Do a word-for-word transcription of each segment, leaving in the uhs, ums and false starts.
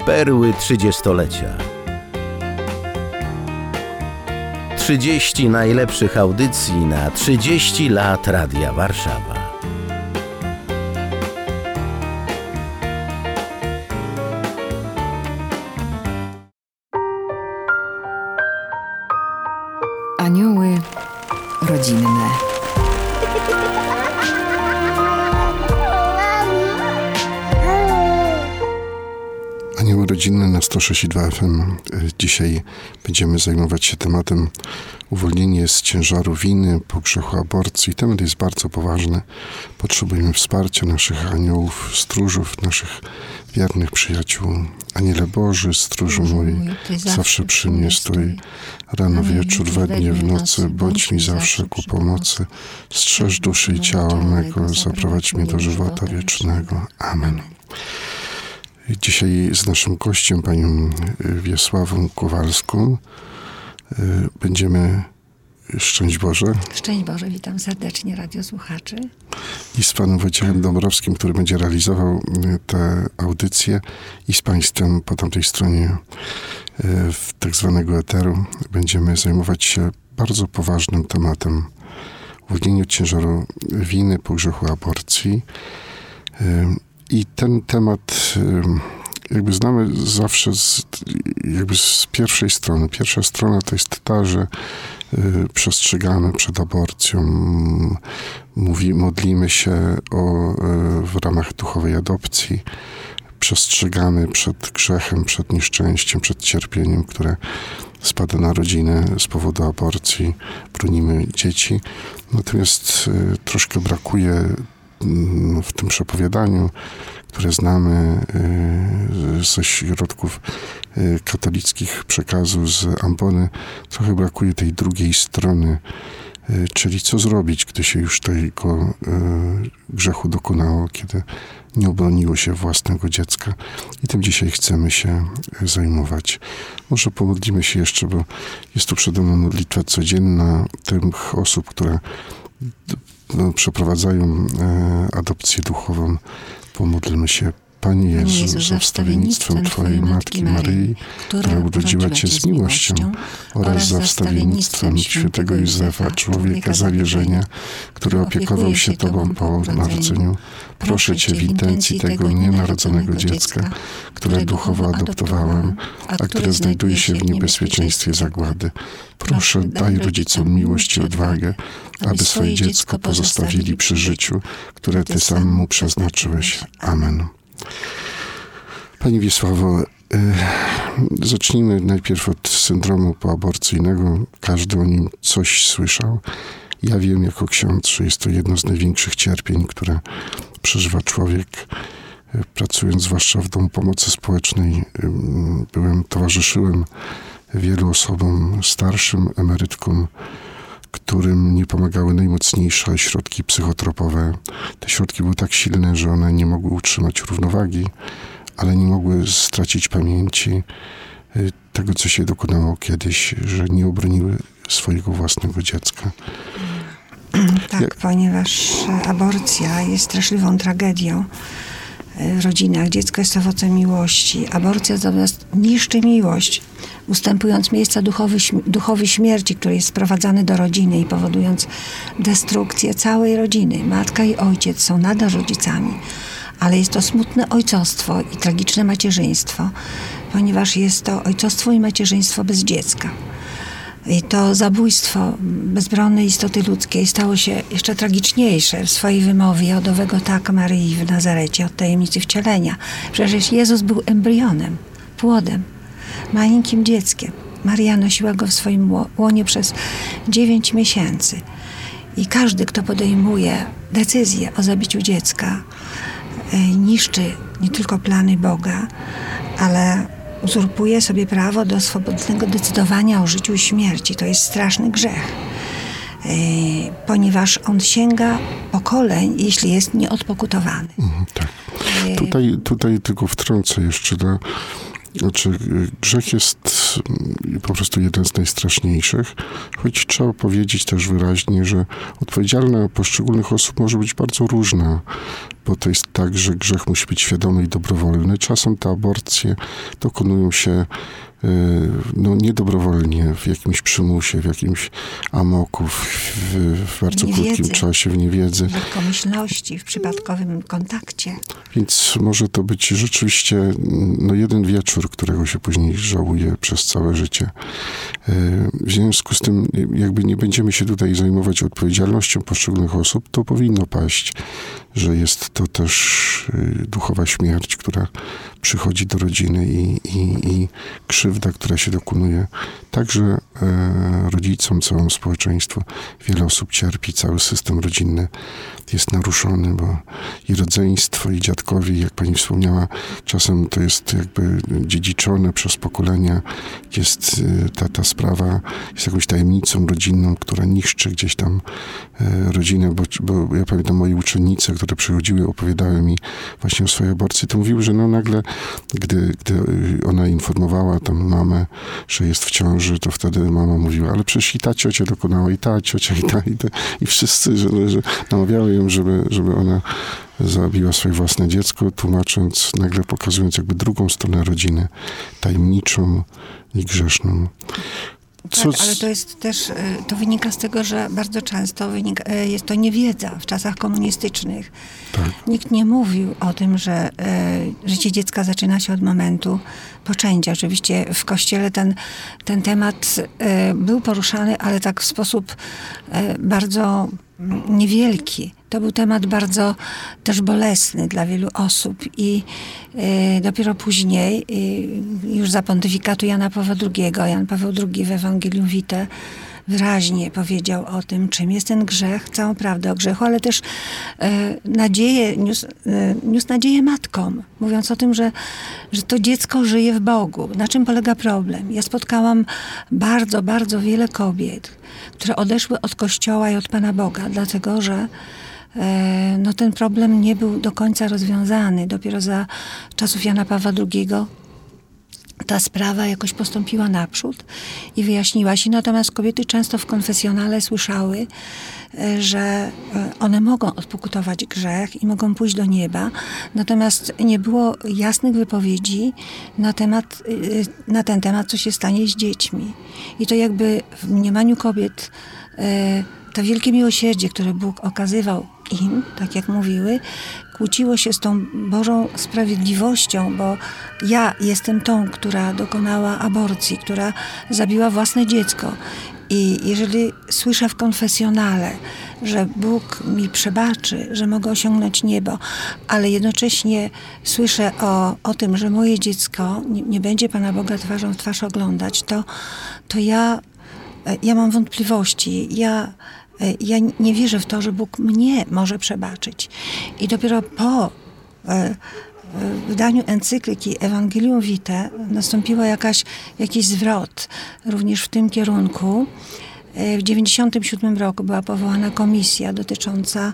Perły trzydziestolecia. trzydzieści najlepszych audycji na trzydzieści lat Radia Warszawa. Anioły rodzinne. Anioły rodzinne na sto sześć i dwa F M. Dzisiaj będziemy zajmować się tematem uwolnienie z ciężaru winy po grzechu aborcji. Temat jest bardzo poważny. Potrzebujemy wsparcia naszych aniołów, stróżów, naszych wiernych przyjaciół. Aniele Boży, stróżu mój, zawsze przy mnie stój. Rano, wieczór, we dnie, w nocy, bądź mi zawsze ku pomocy. Strzeż duszy i ciała mego, zaprowadź mnie do żywota wiecznego. Amen. Dzisiaj z naszym gościem, panią Wiesławą Kowalską, będziemy... Szczęść Boże. Szczęść Boże, witam serdecznie radiosłuchaczy. I z panem Wojciechem Dąbrowskim, który będzie realizował tę audycję, i z państwem po tamtej stronie w tak zwanego eteru będziemy zajmować się bardzo poważnym tematem uwolnieniu od ciężaru winy po grzechu aborcji. I ten temat jakby znamy zawsze z, jakby z pierwszej strony. Pierwsza strona to jest ta, że y, przestrzegamy przed aborcją, mówi, modlimy się o, y, w ramach duchowej adopcji, przestrzegamy przed grzechem, przed nieszczęściem, przed cierpieniem, które spada na rodzinę z powodu aborcji, bronimy dzieci. Natomiast y, troszkę brakuje y, w tym przepowiadaniu, które znamy ze środków katolickich przekazu, z ambony, trochę brakuje tej drugiej strony, czyli co zrobić, gdy się już tego grzechu dokonało, kiedy nie obroniło się własnego dziecka. I tym dzisiaj chcemy się zajmować. Może pomodlimy się jeszcze, bo jest tu przede mną modlitwa codzienna tych osób, które no, przeprowadzają adopcję duchową. Pomódlmy się. Panie Jezu, Jezu za wstawiennictwem Twojej Matki Maryi, która urodziła Cię z miłością, oraz za wstawiennictwem świętego Józefa, człowieka zawierzenia, który opiekował się Tobą po narodzeniu, proszę Cię w intencji tego nienarodzonego dziecka, które duchowo adoptowałem, a które znajduje się w niebezpieczeństwie zagłady. Proszę, daj rodzicom miłość i odwagę, aby swoje dziecko pozostawili przy życiu, które Ty sam mu przeznaczyłeś. Amen. Pani Wiesławo, yy, zacznijmy najpierw od syndromu poaborcyjnego. Każdy o nim coś słyszał. Ja wiem jako ksiądz, że jest to jedno z największych cierpień, które przeżywa człowiek. Yy, pracując zwłaszcza w Domu Pomocy Społecznej, yy, byłem, towarzyszyłem wielu osobom starszym, emerytkom, którym nie pomagały najmocniejsze środki psychotropowe. Te środki były tak silne, że one nie mogły utrzymać równowagi, ale nie mogły stracić pamięci tego, co się dokonało kiedyś, że nie obroniły swojego własnego dziecka. Tak, ja... ponieważ aborcja jest straszliwą tragedią w rodzinach. Dziecko jest owocem miłości. Aborcja zamiast niszczy miłość, ustępując miejsca duchowy, duchowi śmierci, który jest sprowadzany do rodziny i powodując destrukcję całej rodziny. Matka i ojciec są nadal rodzicami, ale jest to smutne ojcostwo i tragiczne macierzyństwo, ponieważ jest to ojcostwo i macierzyństwo bez dziecka. I to zabójstwo bezbronnej istoty ludzkiej stało się jeszcze tragiczniejsze w swojej wymowie od owego tak Maryi w Nazarecie, od tajemnicy wcielenia. Przecież Jezus był embrionem, płodem, maleńkim dzieckiem. Maria nosiła go w swoim łonie przez dziewięć miesięcy. I każdy, kto podejmuje decyzję o zabiciu dziecka, niszczy nie tylko plany Boga, ale uzurpuje sobie prawo do swobodnego decydowania o życiu i śmierci. To jest straszny grzech, ponieważ on sięga pokoleń, jeśli jest nieodpokutowany. Mhm, tak. Tutaj, tutaj tylko wtrącę jeszcze, do, znaczy grzech jest po prostu jeden z najstraszniejszych, choć trzeba powiedzieć też wyraźnie, że odpowiedzialność poszczególnych osób może być bardzo różna. bo to jest tak, że grzech musi być świadomy i dobrowolny. Czasem te aborcje dokonują się no, niedobrowolnie, w jakimś przymusie, w jakimś amoku, w, w bardzo Niewiedzy. krótkim czasie, w niewiedzy. W lekkomyślności, w przypadkowym kontakcie. Więc może to być rzeczywiście no, jeden wieczór, którego się później żałuje przez całe życie. W związku z tym, jakby nie będziemy się tutaj zajmować odpowiedzialnością poszczególnych osób, to powinno paść, że jest to też duchowa śmierć, która przychodzi do rodziny i, i, i krzywda, która się dokonuje także e, rodzicom, całemu społeczeństwu. Wiele osób cierpi, cały system rodzinny jest naruszony, bo i rodzeństwo, i dziadkowie, jak pani wspomniała, czasem to jest jakby dziedziczone przez pokolenia. Jest e, ta, ta sprawa, jest jakąś tajemnicą rodzinną, która niszczy gdzieś tam e, rodzinę, bo, bo ja pamiętam moje uczennice, które przychodziły, opowiadały mi właśnie o swojej aborcji, to mówiły, że no nagle, gdy, gdy ona informowała tam mamę, że jest w ciąży, to wtedy mama mówiła, ale przecież i ta ciocia dokonała, i ta ciocia, i ta, i ta, i wszyscy, że, że namawiały ją, żeby, żeby ona zabiła swoje własne dziecko, tłumacząc, nagle pokazując jakby drugą stronę rodziny, tajemniczą i grzeszną. Tak, ale to jest też, to wynika z tego, że bardzo często wynika, jest to niewiedza w czasach komunistycznych. Tak. Nikt nie mówił o tym, że e, życie dziecka zaczyna się od momentu poczęcia. Oczywiście w Kościele ten, ten temat e, był poruszany, ale tak w sposób e, bardzo niewielki. To był temat bardzo też bolesny dla wielu osób i y, dopiero później, y, już za pontyfikatu Jana Pawła drugiego, Jan Paweł drugi w Ewangelium Vitae wyraźnie powiedział o tym, czym jest ten grzech, całą prawdę o grzechu, ale też y, nadzieję, niósł, y, niósł nadzieję matkom, mówiąc o tym, że, że to dziecko żyje w Bogu. Na czym polega problem? Ja spotkałam bardzo, bardzo wiele kobiet, które odeszły od Kościoła i od Pana Boga, dlatego że no, ten problem nie był do końca rozwiązany. Dopiero za czasów Jana Pawła drugiego ta sprawa jakoś postąpiła naprzód i wyjaśniła się. Natomiast kobiety często w konfesjonale słyszały, że one mogą odpokutować grzech i mogą pójść do nieba. Natomiast nie było jasnych wypowiedzi na temat, na ten temat, co się stanie z dziećmi. I to jakby w mniemaniu kobiet to wielkie miłosierdzie, które Bóg okazywał im, tak jak mówiły, kłóciło się z tą Bożą sprawiedliwością, bo ja jestem tą, która dokonała aborcji, która zabiła własne dziecko. I jeżeli słyszę w konfesjonale, że Bóg mi przebaczy, że mogę osiągnąć niebo, ale jednocześnie słyszę o, o tym, że moje dziecko nie, nie będzie Pana Boga twarzą w twarz oglądać, to, to ja, ja mam wątpliwości. Ja Ja nie wierzę w to, że Bóg mnie może przebaczyć. I dopiero po e, wydaniu encykliki Ewangelium Vitae nastąpiła jakaś, jakiś zwrot również w tym kierunku. W dziewięćdziesiątym siódmym roku była powołana komisja dotycząca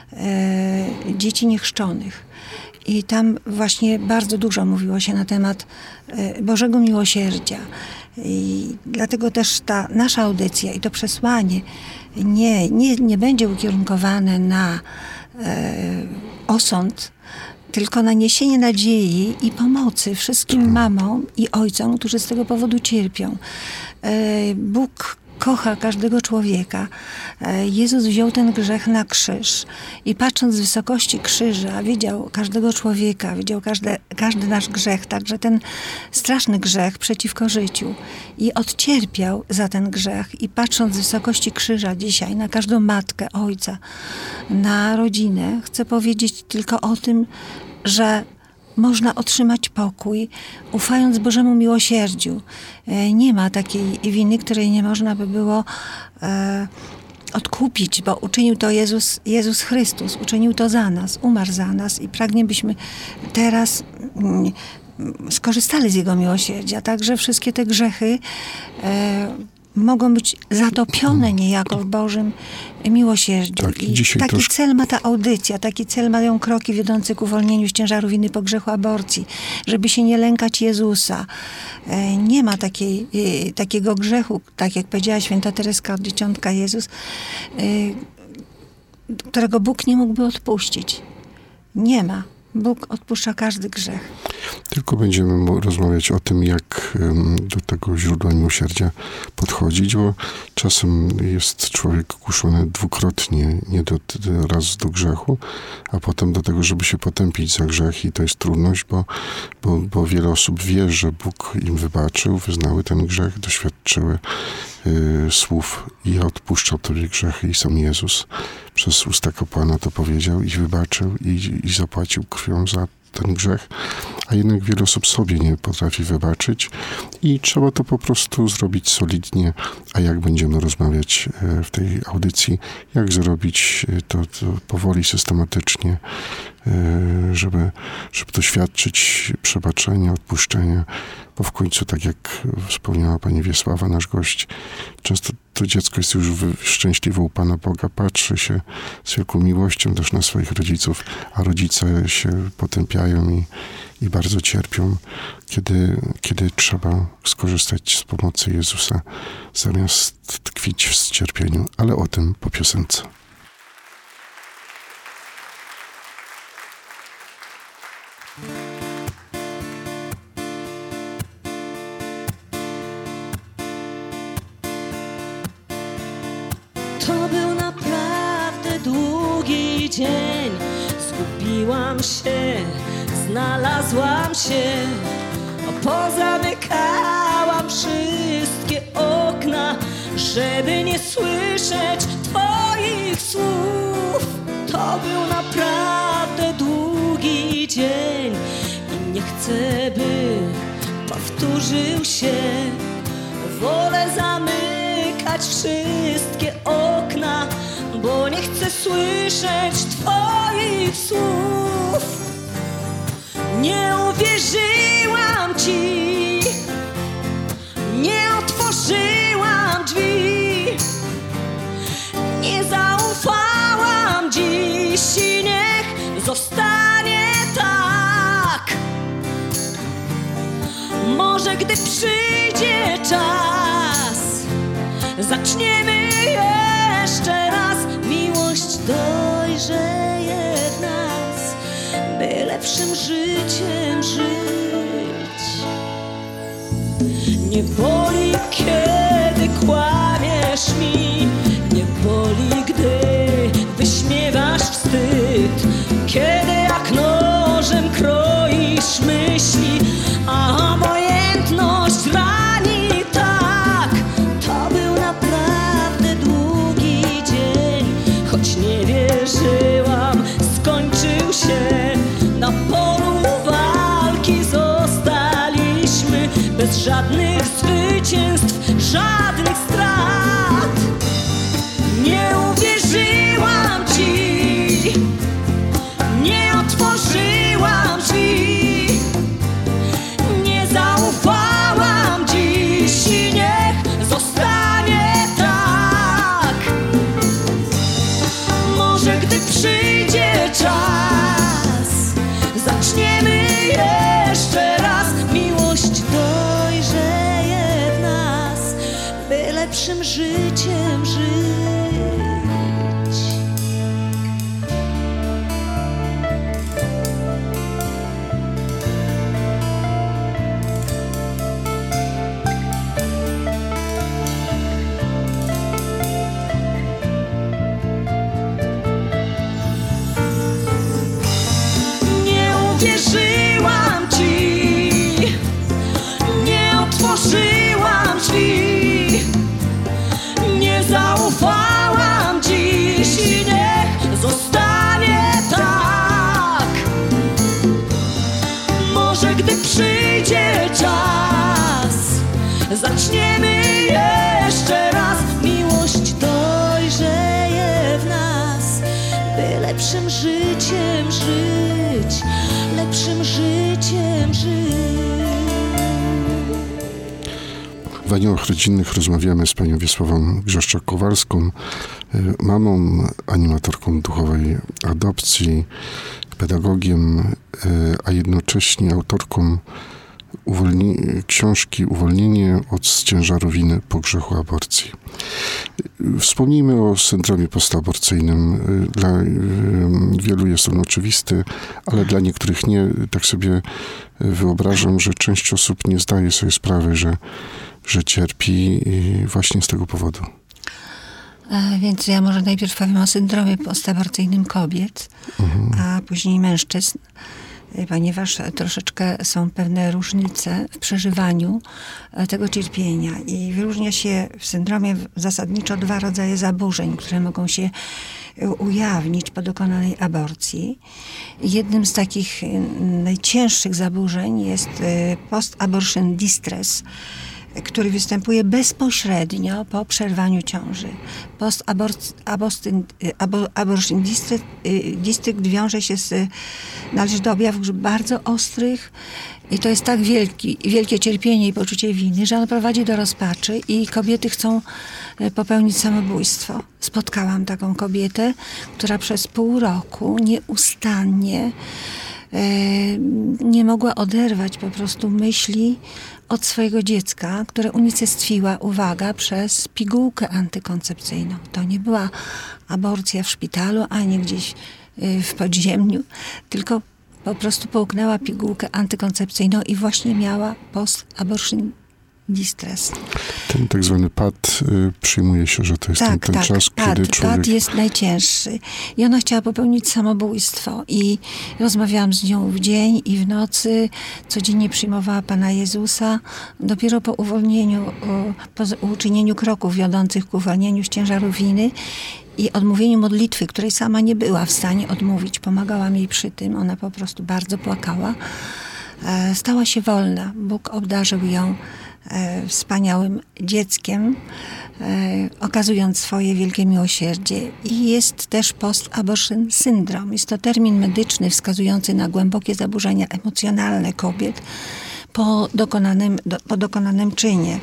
e, dzieci niechrzczonych. I tam właśnie bardzo dużo mówiło się na temat e, Bożego miłosierdzia. I dlatego też ta nasza audycja i to przesłanie nie, nie, nie będzie ukierunkowane na e, osąd, tylko na niesienie nadziei i pomocy wszystkim mamom i ojcom, którzy z tego powodu cierpią. E, Bóg kocha każdego człowieka. Jezus wziął ten grzech na krzyż i patrząc z wysokości krzyża widział każdego człowieka, widział każde, każdy nasz grzech, także ten straszny grzech przeciwko życiu i odcierpiał za ten grzech i patrząc z wysokości krzyża dzisiaj na każdą matkę, ojca, na rodzinę, chcę powiedzieć tylko o tym, że można otrzymać pokój, ufając Bożemu miłosierdziu. Nie ma takiej winy, której nie można by było e, odkupić, bo uczynił to Jezus, Jezus Chrystus, uczynił to za nas, umarł za nas i pragnie byśmy teraz mm, skorzystali z Jego miłosierdzia. Także wszystkie te grzechy e, mogą być zatopione niejako w Bożym miłosierdziu. Tak, I dzisiaj taki też... cel ma ta audycja, taki cel mają kroki wiodące ku uwolnieniu z ciężaru winy po grzechu aborcji, żeby się nie lękać Jezusa. Nie ma takiej, takiego grzechu, tak jak powiedziała święta Tereska od Dzieciątka Jezus, którego Bóg nie mógłby odpuścić. Nie ma. Bóg odpuszcza każdy grzech. Tylko będziemy mo- rozmawiać o tym, jak ym, do tego źródła miłosierdzia podchodzić, bo czasem jest człowiek kuszony dwukrotnie, nie do, do, raz do grzechu, a potem do tego, żeby się potępić za grzech i to jest trudność, bo, bo, bo wiele osób wie, że Bóg im wybaczył, wyznały ten grzech, doświadczyły y, słów i odpuszczał tobie grzechy i sam Jezus przez usta kapłana to powiedział i wybaczył i, i zapłacił krwią za ten grzech, a jednak wiele osób sobie nie potrafi wybaczyć i trzeba to po prostu zrobić solidnie, a jak będziemy rozmawiać w tej audycji, jak zrobić to, to powoli, systematycznie, żeby, żeby doświadczyć przebaczenia, odpuszczenia, bo w końcu, tak jak wspomniała pani Wiesława, nasz gość, często to dziecko jest już szczęśliwe u Pana Boga, patrzy się z wielką miłością też na swoich rodziców, a rodzice się potępiają i, i bardzo cierpią, kiedy, kiedy trzeba skorzystać z pomocy Jezusa, zamiast tkwić w cierpieniu, ale o tym po piosence. To był naprawdę długi dzień. Zgubiłam się, znalazłam się, pozamykałam wszystkie okna, żeby nie słyszeć twoich słów. To był naprawdę długi dzień i nie chcę, by powtórzył się. Wolę zamykać wszystkie okna, bo nie chcę słyszeć twoich słów. Nie uwierzyłam ci, nie otworzyłam drzwi, nie zaufałam dziś i niech zostanie tak. Może gdy przyjdzie czas, zaczniemy jeszcze raz. Miłość dojrzeje w nas, by lepszym życiem żyć. Nie boli, kiedy kłamiesz mi, nie boli, gdy wyśmiewasz wstyd, kiedy jak nożem kroisz myśli, a obojętność rani tak. To był naprawdę długi dzień, choć nie wierzyłam, skończył się. Na polu walki zostaliśmy, bez żadnych zwycięstw, żadnych strat. Nie uwierzyłam ci, nie otworzyłam drzwi, nie zaufałam dziś i niech zostanie tak. Może gdy przyjdzie czas, zaczniemy jeszcze raz. Miłość dojrzeje w nas, by lepszym życiem żyć. Nie uwierzyłam ci, nie otworzyłam drzwi, nie zaufałam dziś i niech zostanie tak. Może gdy przyjdzie czas, zaczniemy jeszcze raz. Miłość dojrzeje w nas, by lepszym życiem żyć, lepszym życiem żyć. W Aniołach Rodzinnych rozmawiamy z panią Wiesławą Grzeszczak-Kowalską, y, mamą, animatorką duchowej adopcji, pedagogiem, y, a jednocześnie autorką uwolni, książki Uwolnienie od ciężaru winy po grzechu aborcji. Wspomnijmy o syndromie postaborcyjnym. Dla wielu jest on oczywisty, ale dla niektórych nie. Tak sobie wyobrażam, że część osób nie zdaje sobie sprawy, że, że cierpi właśnie z tego powodu. A więc ja może najpierw powiem o syndromie postaborcyjnym kobiet, mhm. a później mężczyzn, ponieważ troszeczkę są pewne różnice w przeżywaniu tego cierpienia i wyróżnia się w syndromie zasadniczo dwa rodzaje zaburzeń, które mogą się ujawnić po dokonanej aborcji. Jednym z takich najcięższych zaburzeń jest post-abortion distress, który występuje bezpośrednio po przerwaniu ciąży. Post-abortion district wiąże się z, należy do objawów bardzo ostrych i to jest tak wielki, wielkie cierpienie i poczucie winy, że ono prowadzi do rozpaczy i kobiety chcą popełnić samobójstwo. Spotkałam taką kobietę, która przez pół roku nieustannie nie mogła oderwać po prostu myśli od swojego dziecka, które unicestwiła, uwaga, przez pigułkę antykoncepcyjną. To nie była aborcja w szpitalu, ani gdzieś w podziemiu, tylko po prostu połknęła pigułkę antykoncepcyjną i właśnie miała post-abortion distress. Ten tak zwany P A D y, przyjmuje się, że to jest tak, ten, ten tak, czas, P A D, kiedy człowiek... P A D jest najcięższy. I ona chciała popełnić samobójstwo. I rozmawiałam z nią w dzień i w nocy. Codziennie przyjmowała Pana Jezusa. Dopiero po uwolnieniu, po uczynieniu kroków wiodących ku uwolnieniu z ciężaru winy i odmówieniu modlitwy, której sama nie była w stanie odmówić. Pomagałam jej przy tym. Ona po prostu bardzo płakała. Stała się wolna. Bóg obdarzył ją wspaniałym dzieckiem, okazując swoje wielkie miłosierdzie. I jest też post-abortion syndrom. Jest to termin medyczny wskazujący na głębokie zaburzenia emocjonalne kobiet po dokonanym, do, po dokonanym czynie.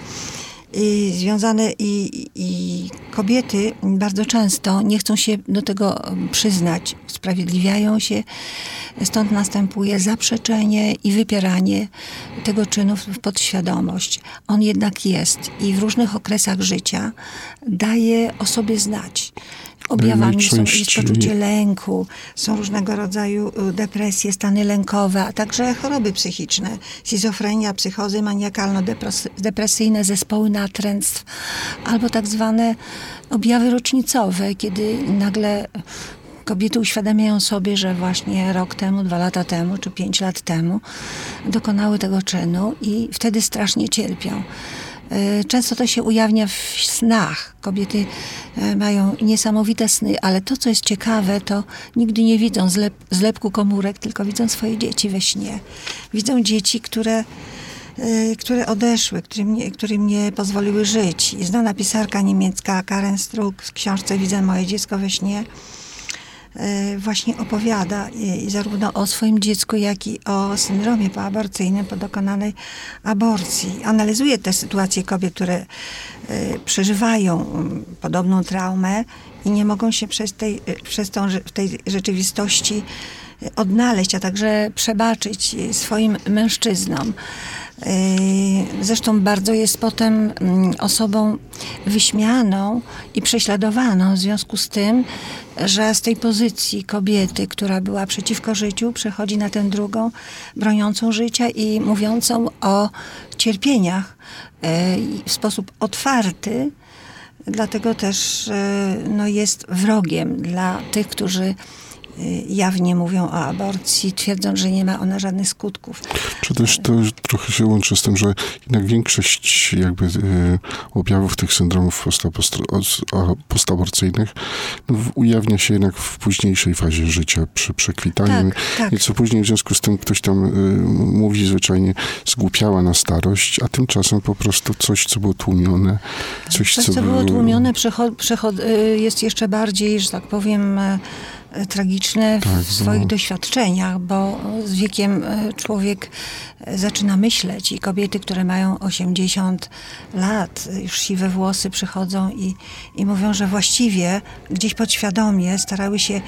I związane i, i kobiety bardzo często nie chcą się do tego przyznać, usprawiedliwiają się, stąd następuje zaprzeczenie i wypieranie tego czynu w podświadomość. On jednak jest i w różnych okresach życia daje o sobie znać. Objawami są, jest poczucie lęku, są różnego rodzaju depresje, stany lękowe, a także choroby psychiczne, schizofrenia, psychozy maniakalno-depresyjne, zespoły natręctw, albo tak zwane objawy rocznicowe, kiedy nagle kobiety uświadamiają sobie, że właśnie rok temu, dwa lata temu, czy pięć lat temu dokonały tego czynu i wtedy strasznie cierpią. Często to się ujawnia w snach. Kobiety mają niesamowite sny, ale to, co jest ciekawe, to nigdy nie widzą zlep, zlepku komórek, tylko widzą swoje dzieci we śnie. Widzą dzieci, które, które odeszły, którym nie, którym nie pozwoliły żyć. I znana pisarka niemiecka Karen Struck w książce Widzę moje dziecko we śnie właśnie opowiada i zarówno o swoim dziecku, jak i o syndromie poaborcyjnym po dokonanej aborcji. Analizuje te sytuacje kobiet, które przeżywają podobną traumę i nie mogą się przez, tej, przez tą, w tej rzeczywistości odnaleźć, a także przebaczyć swoim mężczyznom. Zresztą bardzo jest potem osobą wyśmianą i prześladowaną w związku z tym, że z tej pozycji kobiety, która była przeciwko życiu, przechodzi na tę drugą, broniącą życia i mówiącą o cierpieniach w sposób otwarty. Dlatego też no, jest wrogiem dla tych, którzy jawnie mówią o aborcji, twierdząc, że nie ma ona żadnych skutków. Czy też to trochę się łączy z tym, że jednak większość jakby y, objawów tych syndromów postaborcyjnych no, ujawnia się jednak w późniejszej fazie życia, przy przekwitaniu. Tak, tak. I co później w związku z tym ktoś tam y, mówi zwyczajnie zgłupiała na starość, a tymczasem po prostu coś, co było tłumione. Coś, coś co, co było tłumione, przechod, przechod, jest jeszcze bardziej, że tak powiem, tragiczne w tak, swoich no. doświadczeniach, bo z wiekiem człowiek zaczyna myśleć i kobiety, które mają osiemdziesiąt lat, już siwe włosy przychodzą i, i mówią, że właściwie gdzieś podświadomie starały się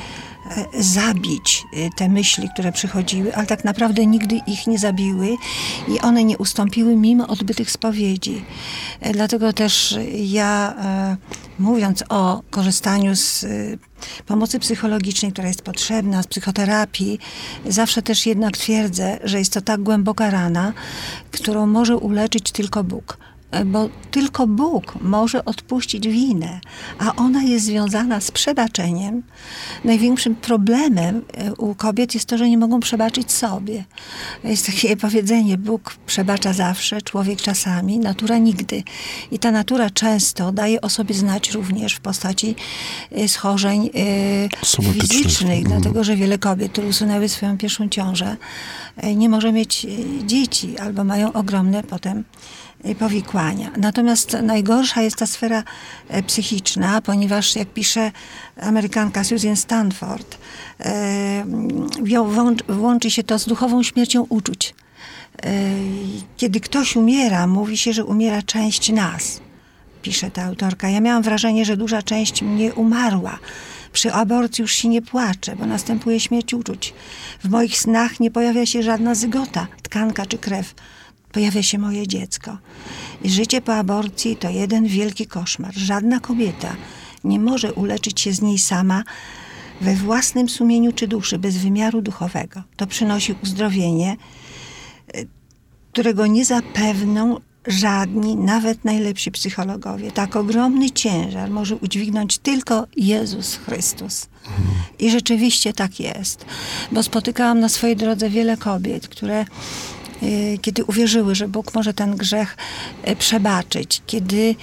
e, zabić e, te myśli, które przychodziły, ale tak naprawdę nigdy ich nie zabiły i one nie ustąpiły mimo odbytych spowiedzi. E, dlatego też ja, e, mówiąc o korzystaniu z e, pomocy psychologicznej, która jest potrzebna, z psychoterapii, zawsze też jednak twierdzę, że jest to tak głęboka rana, którą może uleczyć tylko Bóg. Bo tylko Bóg może odpuścić winę, a ona jest związana z przebaczeniem. Największym problemem u kobiet jest to, że nie mogą przebaczyć sobie. Jest takie powiedzenie, Bóg przebacza zawsze, człowiek czasami, natura nigdy. I ta natura często daje o sobie znać również w postaci schorzeń fizycznych, dlatego że wiele kobiet, które usunęły swoją pierwszą ciążę, nie może mieć dzieci albo mają ogromne potem powikłania. Natomiast najgorsza jest ta sfera psychiczna, ponieważ jak pisze Amerykanka Susan Stanford, włączy się to z duchową śmiercią uczuć. Kiedy ktoś umiera, mówi się, że umiera część nas, pisze ta autorka. Ja miałam wrażenie, że duża część mnie umarła. Przy aborcji już się nie płacze, bo następuje śmierć uczuć. W moich snach nie pojawia się żadna zygota, tkanka czy krew. Pojawia się moje dziecko. I życie po aborcji to jeden wielki koszmar. Żadna kobieta nie może uleczyć się z niej sama we własnym sumieniu czy duszy, bez wymiaru duchowego. To przynosi uzdrowienie, którego nie zapewną żadni, nawet najlepsi psychologowie. Tak ogromny ciężar może udźwignąć tylko Jezus Chrystus. I rzeczywiście tak jest. Bo spotykałam na swojej drodze wiele kobiet, które kiedy uwierzyły, że Bóg może ten grzech przebaczyć, kiedy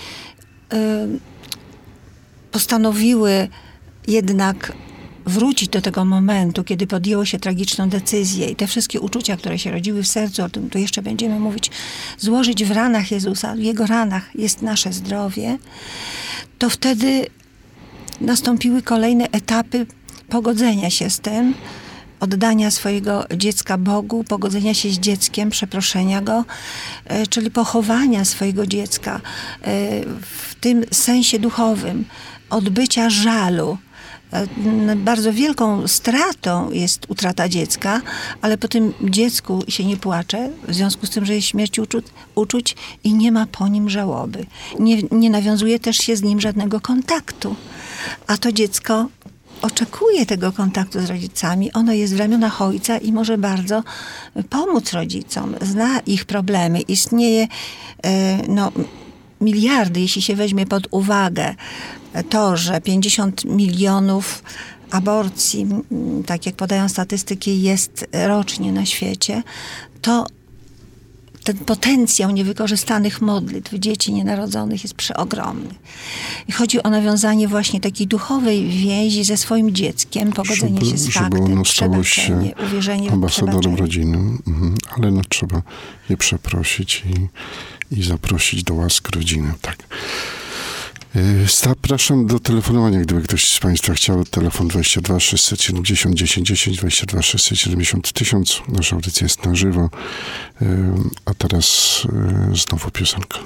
postanowiły jednak wrócić do tego momentu, kiedy podjęło się tragiczną decyzję i te wszystkie uczucia, które się rodziły w sercu, o tym tu jeszcze będziemy mówić, złożyć w ranach Jezusa, w Jego ranach jest nasze zdrowie, to wtedy nastąpiły kolejne etapy pogodzenia się z tym, oddania swojego dziecka Bogu, pogodzenia się z dzieckiem, przeproszenia go, czyli pochowania swojego dziecka w tym sensie duchowym, odbycia żalu. Bardzo wielką stratą jest utrata dziecka, ale po tym dziecku się nie płacze, w związku z tym, że jest śmierć uczuć, uczuć i nie ma po nim żałoby. Nie, nie nawiązuje też się z nim żadnego kontaktu. A to dziecko oczekuje tego kontaktu z rodzicami. Ono jest w ramionach ojca i może bardzo pomóc rodzicom. Zna ich problemy. Istnieje no, miliardy, jeśli się weźmie pod uwagę to, że pięćdziesiąt milionów aborcji, tak jak podają statystyki, jest rocznie na świecie, to ten potencjał niewykorzystanych modlitw dzieci nienarodzonych jest przeogromny. I chodzi o nawiązanie właśnie takiej duchowej więzi ze swoim dzieckiem, pogodzenie żeby, się z żeby faktem, ono stało się uwierzenie ambasadorem rodzinnym, mhm. ale no, trzeba je przeprosić i, i zaprosić do łask rodziny. Tak. Zapraszam do telefonowania, gdyby ktoś z Państwa chciał. Telefon dwadzieścia dwa sześćset siedemdziesiąt dziesięć dziesięć, dwadzieścia dwa sześćset siedemdziesiąt tysiąc. Nasza audycja jest na żywo. A teraz znowu piosenka.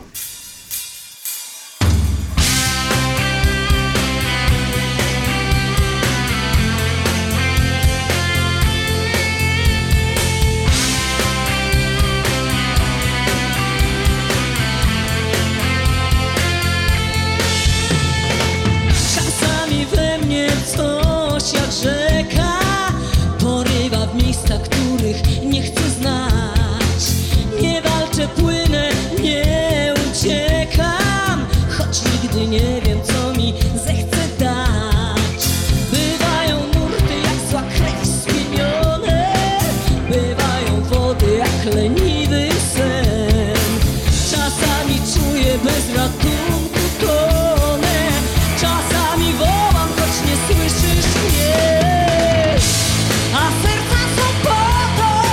Coś jak rzeka porywa w miejsca, których nie chcę znać. Nie walczę, płynę, nie uciekam, choć nigdy nie wiem, co mi zechce dać. Bywają nurty jak zła krew spienione, bywają wody jak leniwy sen. Czasami czuję bez ratunku tonę, czasami wołam, choć nie słyszysz mnie. A serca są po to,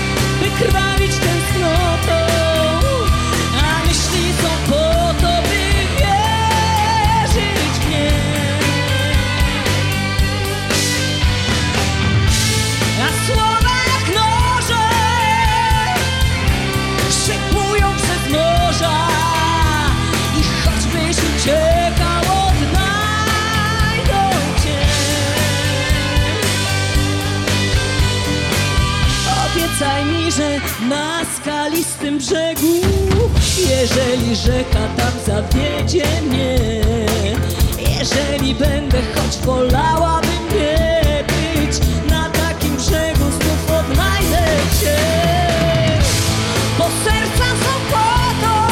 by krawić tęsknotą, a myśli są po to, by stanę na skalistym brzegu. Jeżeli rzeka tam zawiedzie mnie, jeżeli będę choć wolałabym nie być, na takim brzegu znów odnajdę cię. Bo serca są po to,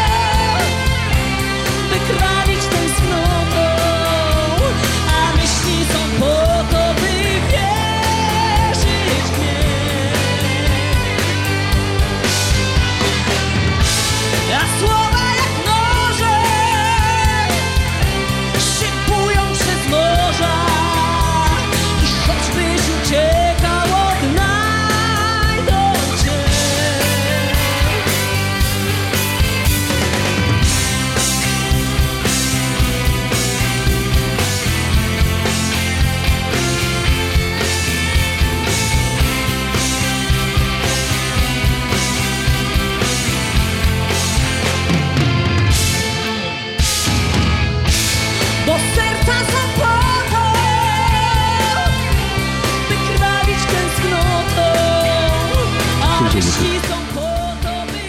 by krawić tęsknotą, a myśli są po to, by wierzyć w nie. A słowa jak noże szybują przez morza i choćbyś uciekał, odnajdą cię. Bo serca są po to, by krawić tęsknotą, a myśli są po to, by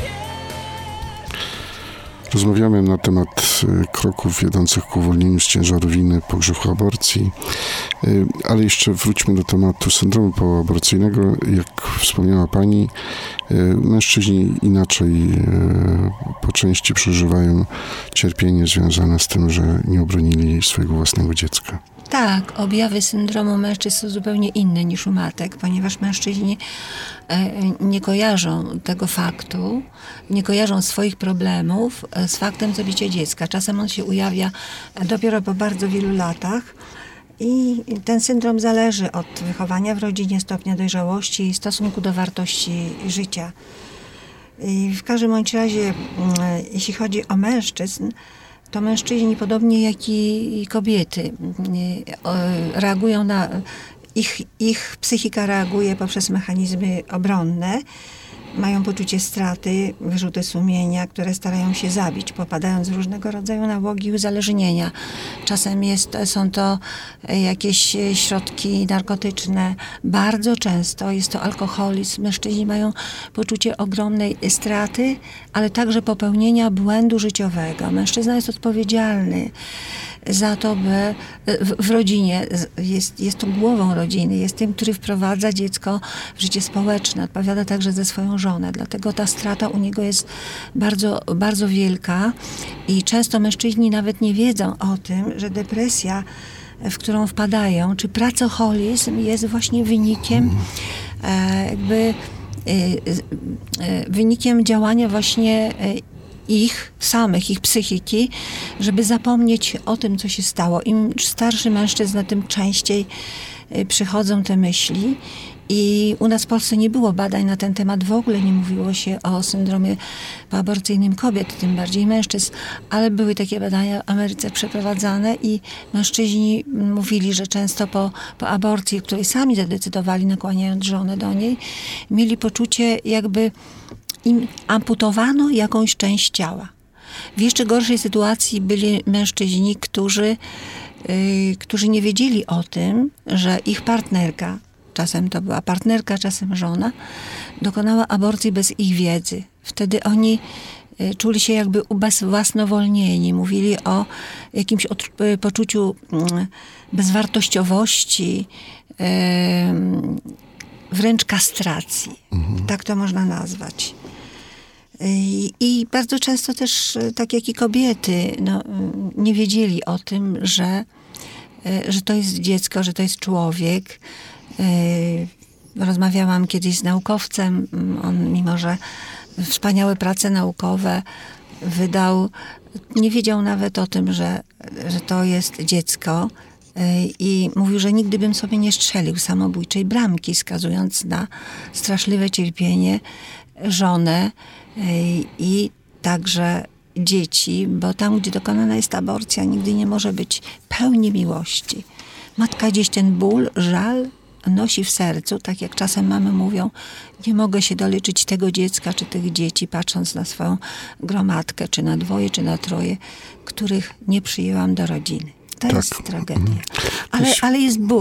Rozmawiamy na temat y, kroków wiodących ku uwolnieniu z ciężaru winy po grzechu aborcji, y, ale jeszcze wróćmy do tematu syndromu poaborcyjnego. Jak wspomniała Pani, y, mężczyźni inaczej y, po części przeżywają cierpienie związane z tym, że nie obronili swojego własnego dziecka. Tak, objawy syndromu mężczyzn są zupełnie inne niż u matek, ponieważ mężczyźni e, nie kojarzą tego faktu, nie kojarzą swoich problemów e, z faktem zabicia dziecka. Czasem on się ujawia dopiero po bardzo wielu latach i ten syndrom zależy od wychowania w rodzinie, stopnia dojrzałości i stosunku do wartości życia. I w każdym bądź razie, mm, jeśli chodzi o mężczyzn, to mężczyźni, podobnie jak i, i kobiety, y, o, reagują na... Ich, ich psychika reaguje poprzez mechanizmy obronne. Mają poczucie straty, wyrzuty sumienia, które starają się zabić, popadając w różnego rodzaju nałogi uzależnienia. Czasem jest, są to jakieś środki narkotyczne. Bardzo często jest to alkoholizm. Mężczyźni mają poczucie ogromnej straty, ale także popełnienia błędu życiowego. Mężczyzna jest odpowiedzialny za to, by w, w rodzinie, jest, jest to głową rodziny, jest tym, który wprowadza dziecko w życie społeczne, odpowiada także za swoją żonę. Dlatego ta strata u niego jest bardzo, bardzo wielka i często mężczyźni nawet nie wiedzą o tym, że depresja, w którą wpadają, czy pracoholizm jest właśnie wynikiem e, jakby e, e, wynikiem działania właśnie e, ich samych, ich psychiki, żeby zapomnieć o tym, co się stało. Im starszy mężczyzna, tym częściej przychodzą te myśli. I u nas w Polsce nie było badań na ten temat, w ogóle nie mówiło się o syndromie poaborcyjnym kobiet, tym bardziej mężczyzn, ale były takie badania w Ameryce przeprowadzane i mężczyźni mówili, że często po, po aborcji, której sami zadecydowali, nakłaniając żonę do niej, mieli poczucie, jakby im amputowano jakąś część ciała. W jeszcze gorszej sytuacji byli mężczyźni, którzy, yy, którzy nie wiedzieli o tym, że ich partnerka, czasem to była partnerka, czasem żona, dokonała aborcji bez ich wiedzy. Wtedy oni yy, czuli się jakby ubezwłasnowolnieni. Mówili o jakimś od, yy, poczuciu yy, bezwartościowości, yy, wręcz kastracji. Mhm. Tak to można nazwać. I, I bardzo często też, tak jak i kobiety, no, nie wiedzieli o tym, że, że to jest dziecko, że to jest człowiek. Rozmawiałam kiedyś z naukowcem, on mimo, że wspaniałe prace naukowe wydał, nie wiedział nawet o tym, że, że to jest dziecko. I mówił, że nigdy bym sobie nie strzelił samobójczej bramki, skazując na straszliwe cierpienie żonę i także dzieci, bo tam, gdzie dokonana jest aborcja, nigdy nie może być pełni miłości. Matka gdzieś ten ból, żal nosi w sercu, tak jak czasem mamy mówią, nie mogę się doleczyć tego dziecka, czy tych dzieci, patrząc na swoją gromadkę, czy na dwoje, czy na troje, których nie przyjęłam do rodziny. To Tak. jest tragedia. Ale, ale jest Bóg,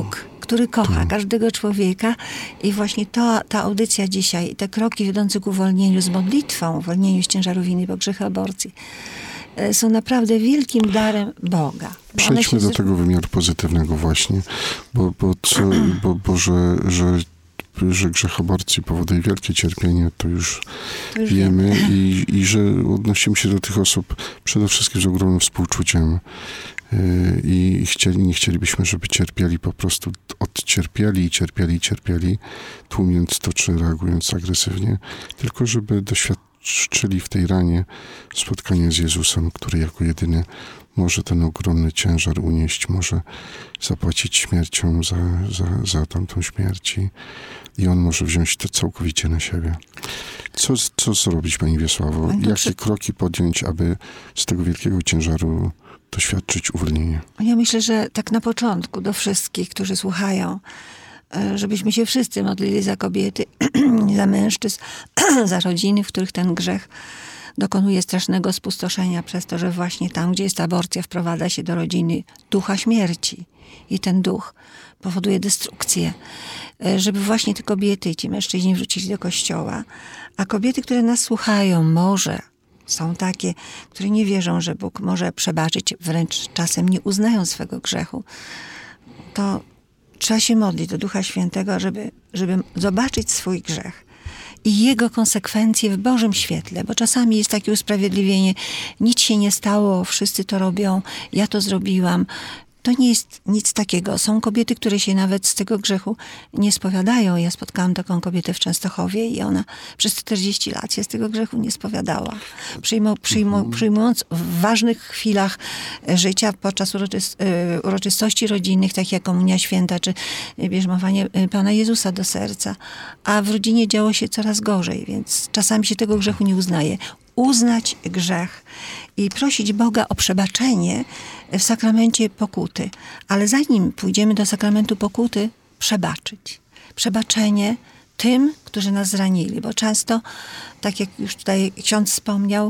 który kocha każdego człowieka i właśnie to, ta audycja dzisiaj, te kroki wiodące ku uwolnieniu z modlitwą, uwolnieniu z ciężaru winy po grzech aborcji, e, są naprawdę wielkim darem Boga. Bo one Przejdźmy się do z- tego wymiaru pozytywnego właśnie, bo, bo, co, bo, bo że, że, że grzech aborcji powoduje wielkie cierpienie, to już, To już wiemy i, i że odnosimy się do tych osób przede wszystkim z ogromnym współczuciem yy, i chcieli, nie chcielibyśmy, żeby cierpieli, po prostu odcierpieli i cierpieli i cierpieli, tłumiąc to czy reagując agresywnie, tylko żeby doświadczyli w tej ranie spotkanie z Jezusem, który jako jedyny może ten ogromny ciężar unieść, może zapłacić śmiercią za, za, za tamtą śmierć i, i on może wziąć to całkowicie na siebie. Co, co zrobić, Pani Wiesławo? Pani Jakie przy- kroki podjąć, aby z tego wielkiego ciężaru doświadczyć uwolnienia? Ja myślę, że tak na początku do wszystkich, którzy słuchają, e, żebyśmy się wszyscy modlili za kobiety, za mężczyzn, za rodziny, w których ten grzech dokonuje strasznego spustoszenia przez to, że właśnie tam, gdzie jest aborcja, wprowadza się do rodziny ducha śmierci. I ten duch powoduje destrukcję. E, Żeby właśnie te kobiety i ci mężczyźni wrócili do kościoła. A kobiety, które nas słuchają, może są takie, które nie wierzą, że Bóg może przebaczyć, wręcz czasem nie uznają swego grzechu, to trzeba się modlić do Ducha Świętego, żeby, żeby zobaczyć swój grzech i jego konsekwencje w Bożym świetle, bo czasami jest takie usprawiedliwienie, nic się nie stało, wszyscy to robią, ja to zrobiłam. To nie jest nic takiego. Są kobiety, które się nawet z tego grzechu nie spowiadają. Ja spotkałam taką kobietę w Częstochowie i ona przez czterdzieści lat się z tego grzechu nie spowiadała. Przyjmu, przyjmu, przyjmując w ważnych chwilach życia, podczas uroczys, y, uroczystości rodzinnych, takich jak Komunia Święta, czy bierzmowanie Pana Jezusa do serca. A w rodzinie działo się coraz gorzej, więc czasami się tego grzechu nie uznaje. Uznać grzech i prosić Boga o przebaczenie w sakramencie pokuty. Ale zanim pójdziemy do sakramentu pokuty, przebaczyć. Przebaczenie tym, którzy nas zranili, bo często, tak jak już tutaj ksiądz wspomniał,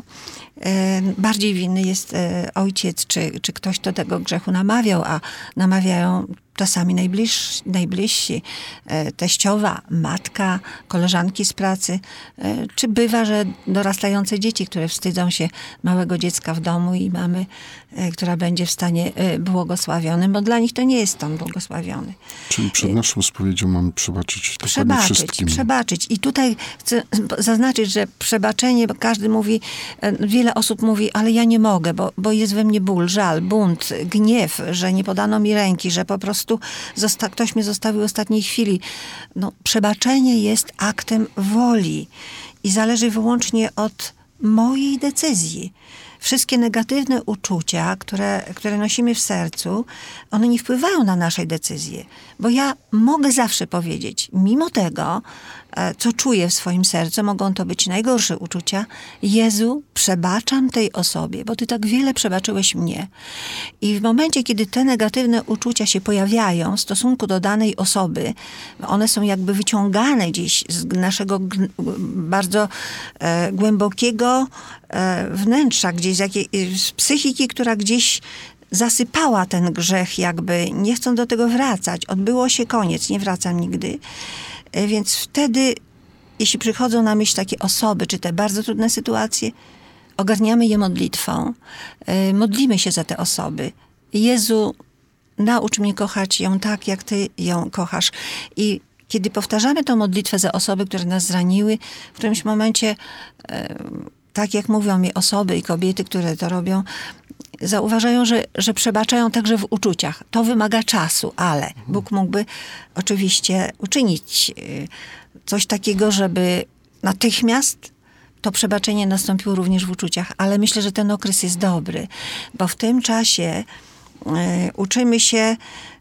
e, bardziej winny jest e, ojciec, czy, czy ktoś, kto tego grzechu namawiał, a namawiają czasami najbliżsi, najbliżsi e, teściowa, matka, koleżanki z pracy, e, czy bywa, że dorastające dzieci, które wstydzą się małego dziecka w domu i mamy, e, która będzie w stanie e, błogosławionym, bo dla nich to nie jest stan błogosławiony. Czyli przed naszą spowiedzią mamy przebaczyć dokładnie Przebaczyć, wszystkim. przebaczyć. I tutaj chcę zaznaczyć, że przebaczenie, bo każdy mówi, e, wiele osób mówi, ale ja nie mogę, bo, bo jest we mnie ból, żal, bunt, gniew, że nie podano mi ręki, że po prostu zosta- ktoś mnie zostawił w ostatniej chwili. No, przebaczenie jest aktem woli i zależy wyłącznie od mojej decyzji. Wszystkie negatywne uczucia, które, które nosimy w sercu, one nie wpływają na nasze decyzje. Bo ja mogę zawsze powiedzieć, mimo tego, e, co czuję w swoim sercu, mogą to być najgorsze uczucia, Jezu, przebaczam tej osobie, bo Ty tak wiele przebaczyłeś mnie. I w momencie, kiedy te negatywne uczucia się pojawiają w stosunku do danej osoby, one są jakby wyciągane gdzieś z naszego gn- bardzo e, głębokiego e, wnętrza, gdzieś z, jakiej, z psychiki, która gdzieś zasypała ten grzech jakby, nie chcą do tego wracać. Odbyło się, koniec, nie wracam nigdy. E, Więc wtedy, jeśli przychodzą na myśl takie osoby, czy te bardzo trudne sytuacje, ogarniamy je modlitwą. E, Modlimy się za te osoby. Jezu, naucz mnie kochać ją tak, jak Ty ją kochasz. I kiedy powtarzamy tę modlitwę za osoby, które nas zraniły, w którymś momencie, e, tak jak mówią mi osoby i kobiety, które to robią, zauważają, że, że przebaczają także w uczuciach. To wymaga czasu, ale Bóg mógłby oczywiście uczynić y, coś takiego, żeby natychmiast to przebaczenie nastąpiło również w uczuciach. Ale myślę, że ten okres jest dobry, bo w tym czasie y, uczymy się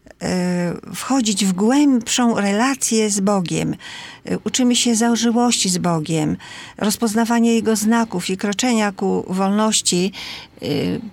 y, wchodzić w głębszą relację z Bogiem. Y, uczymy się zażyłości z Bogiem, rozpoznawania Jego znaków i kroczenia ku wolności y,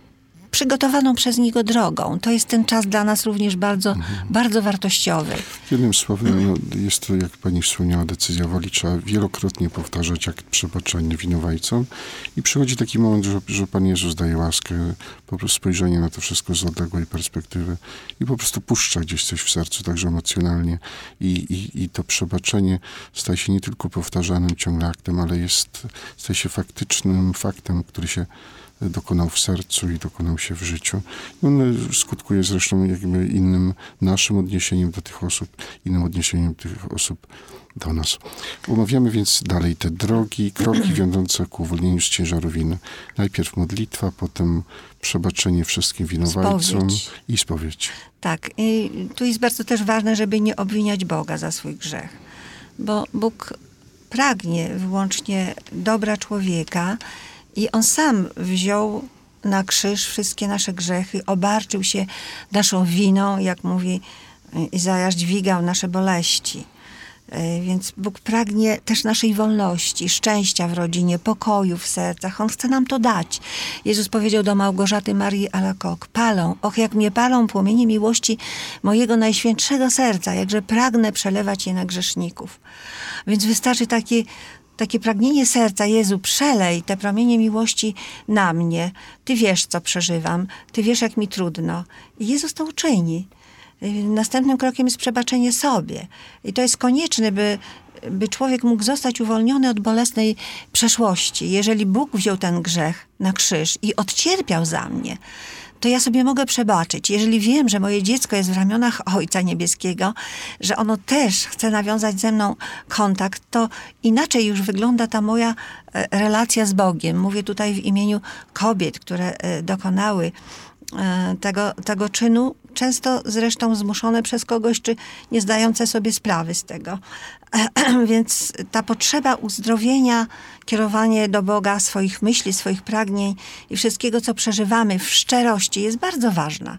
przygotowaną przez Niego drogą. To jest ten czas dla nas również bardzo, bardzo wartościowy. Jednym słowem, no, jest to, jak pani wspomniała, decyzja woli. Trzeba wielokrotnie powtarzać akt przebaczenia winowajcom i przychodzi taki moment, że, że Pan Jezus daje łaskę, po prostu spojrzenie na to wszystko z odległej perspektywy i po prostu puszcza gdzieś coś w sercu, także emocjonalnie. I, i, i to przebaczenie staje się nie tylko powtarzanym ciągle aktem, ale jest, staje się faktycznym faktem, który się dokonał w sercu i dokonał się w życiu. I on skutkuje zresztą jakby innym naszym odniesieniem do tych osób, innym odniesieniem tych osób do nas. Omawiamy więc dalej te drogi, kroki wiodące ku uwolnieniu z ciężaru winy. Najpierw modlitwa, potem przebaczenie wszystkim winowajcom Spowiedź. i spowiedź. Tak. I tu jest bardzo też ważne, żeby nie obwiniać Boga za swój grzech. Bo Bóg pragnie wyłącznie dobra człowieka i On sam wziął na krzyż wszystkie nasze grzechy, obarczył się naszą winą, jak mówi Izajasz, dźwigał nasze boleści. Więc Bóg pragnie też naszej wolności, szczęścia w rodzinie, pokoju w sercach. On chce nam to dać. Jezus powiedział do Małgorzaty Marii Alacoque: palą, och jak mnie palą płomienie miłości mojego najświętszego serca, jakże pragnę przelewać je na grzeszników. Więc wystarczy takie, takie pragnienie serca: Jezu, przelej te promienie miłości na mnie. Ty wiesz, co przeżywam. Ty wiesz, jak mi trudno. I Jezus to uczyni. Następnym krokiem jest przebaczenie sobie. I to jest konieczne, by, by człowiek mógł zostać uwolniony od bolesnej przeszłości. Jeżeli Bóg wziął ten grzech na krzyż i odcierpiał za mnie, to ja sobie mogę przebaczyć. Jeżeli wiem, że moje dziecko jest w ramionach Ojca Niebieskiego, że ono też chce nawiązać ze mną kontakt, to inaczej już wygląda ta moja relacja z Bogiem. Mówię tutaj w imieniu kobiet, które dokonały tego, tego czynu, często zresztą zmuszone przez kogoś, czy nie zdające sobie sprawy z tego. Więc ta potrzeba uzdrowienia, kierowanie do Boga swoich myśli, swoich pragnień i wszystkiego, co przeżywamy w szczerości, jest bardzo ważna.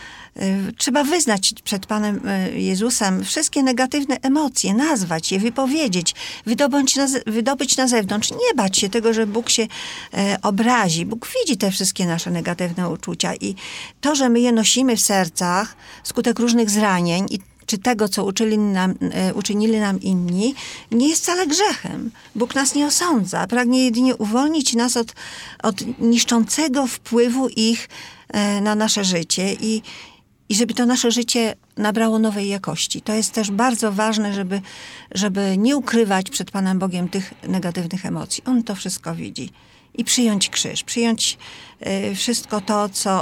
Trzeba wyznać przed Panem Jezusem wszystkie negatywne emocje, nazwać je, wypowiedzieć, wydobyć na, wydobyć na zewnątrz. Nie bać się tego, że Bóg się e, obrazi. Bóg widzi te wszystkie nasze negatywne uczucia i to, że my je nosimy w sercach wskutek różnych zranień i czy tego, co uczyli nam, e, uczynili nam inni, nie jest wcale grzechem. Bóg nas nie osądza. Pragnie jedynie uwolnić nas od, od niszczącego wpływu ich e, na nasze życie i I żeby to nasze życie nabrało nowej jakości. To jest też bardzo ważne, żeby, żeby nie ukrywać przed Panem Bogiem tych negatywnych emocji. On to wszystko widzi. I przyjąć krzyż, przyjąć y, wszystko to, co,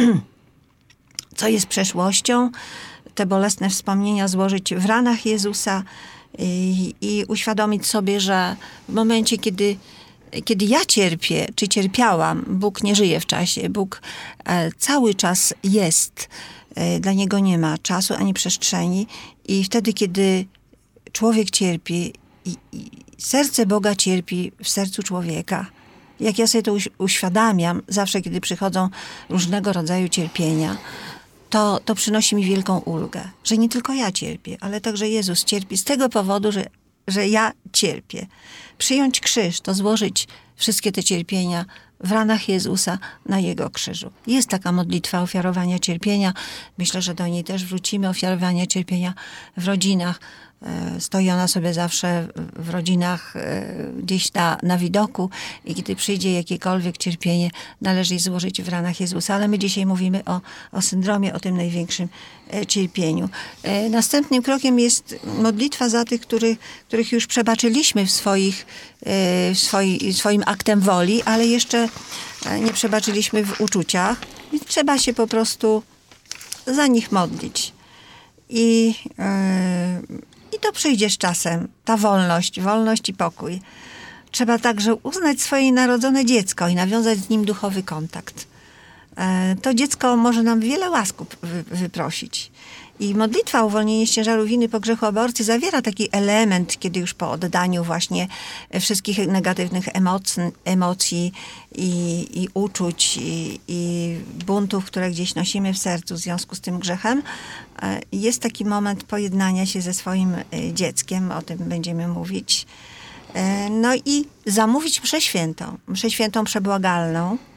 co jest przeszłością, te bolesne wspomnienia złożyć w ranach Jezusa i, i uświadomić sobie, że w momencie, kiedy Kiedy ja cierpię, czy cierpiałam, Bóg nie żyje w czasie. Bóg e, cały czas jest. E, dla Niego nie ma czasu ani przestrzeni. I wtedy, kiedy człowiek cierpi, i, i serce Boga cierpi w sercu człowieka. Jak ja sobie to uś- uświadamiam, zawsze kiedy przychodzą różnego rodzaju cierpienia, to, to przynosi mi wielką ulgę. Że nie tylko ja cierpię, ale także Jezus cierpi z tego powodu, że że ja cierpię. Przyjąć krzyż to złożyć wszystkie te cierpienia w ranach Jezusa na Jego krzyżu. Jest taka modlitwa ofiarowania cierpienia. Myślę, że do niej też wrócimy. Ofiarowania cierpienia w rodzinach. Stoi ona sobie zawsze w rodzinach gdzieś na, na widoku i kiedy przyjdzie jakiekolwiek cierpienie, należy je złożyć w ranach Jezusa. Ale my dzisiaj mówimy o, o syndromie, o tym największym cierpieniu. Następnym krokiem jest modlitwa za tych, których, których już przebaczyliśmy w, swoich, w swoi, swoim aktem woli, ale jeszcze nie przebaczyliśmy w uczuciach. I trzeba się po prostu za nich modlić. I yy, I to przyjdzie z czasem, ta wolność, wolność i pokój. Trzeba także uznać swoje narodzone dziecko i nawiązać z nim duchowy kontakt. To dziecko może nam wiele łasków wyprosić. I modlitwa o uwolnienie z ciężaru winy po grzechu aborcji zawiera taki element, kiedy już po oddaniu właśnie wszystkich negatywnych emocji, emocji i, i uczuć i, i buntów, które gdzieś nosimy w sercu w związku z tym grzechem, jest taki moment pojednania się ze swoim dzieckiem, o tym będziemy mówić. No i zamówić mszę świętą, mszę świętą przebłagalną,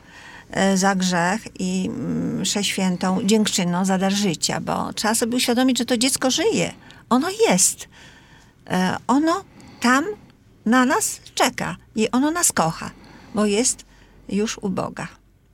e, za grzech i mszę świętą dziękczynną za dar życia, bo trzeba sobie uświadomić, że to dziecko żyje. Ono jest. E, ono tam na nas czeka i ono nas kocha, bo jest już u Boga.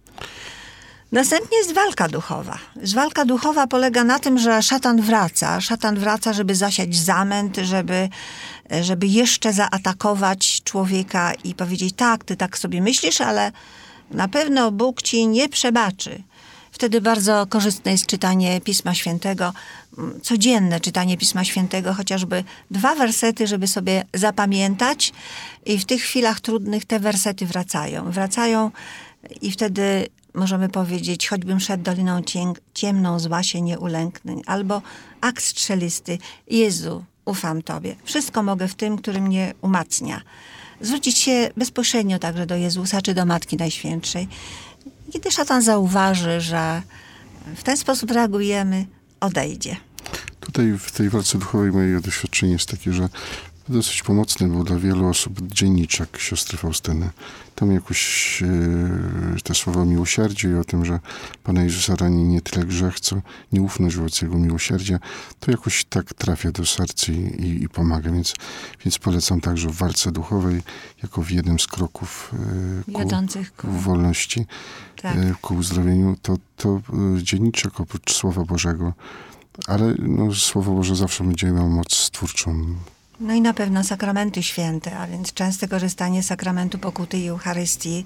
Następnie jest walka duchowa. Walka duchowa polega na tym, że szatan wraca. Szatan wraca, żeby zasiać zamęt, żeby, żeby jeszcze zaatakować człowieka i powiedzieć, tak, ty tak sobie myślisz, ale na pewno Bóg ci nie przebaczy. Wtedy bardzo korzystne jest czytanie Pisma Świętego, codzienne czytanie Pisma Świętego, chociażby dwa wersety, żeby sobie zapamiętać i w tych chwilach trudnych te wersety wracają. Wracają i wtedy możemy powiedzieć, choćbym szedł doliną cień, ciemną, zła się nie ulęknę. Albo akt strzelisty, Jezu, ufam Tobie. Wszystko mogę w tym, który mnie umacnia. Zwrócić się bezpośrednio także do Jezusa, czy do Matki Najświętszej. Kiedy szatan zauważy, że w ten sposób reagujemy, odejdzie. Tutaj w tej walce duchowej moje doświadczenie jest takie, że dosyć pomocny był dla wielu osób dzienniczek siostry Faustyny. Tam jakoś e, te słowa o miłosierdziu i o tym, że Pana Jezusa rani nie tyle grzech, co nieufność wobec Jego miłosierdzia, to jakoś tak trafia do serca i, i, i pomaga. Więc, więc polecam także w walce duchowej, jako w jednym z kroków e, ku, Wiodących ku- ku wolności, Tak. e, ku uzdrowieniu, to, to e, dzienniczek oprócz Słowa Bożego, ale no, Słowo Boże zawsze będzie miało moc stwórczą. No i na pewno sakramenty święte, a więc częste korzystanie z sakramentu pokuty i Eucharystii,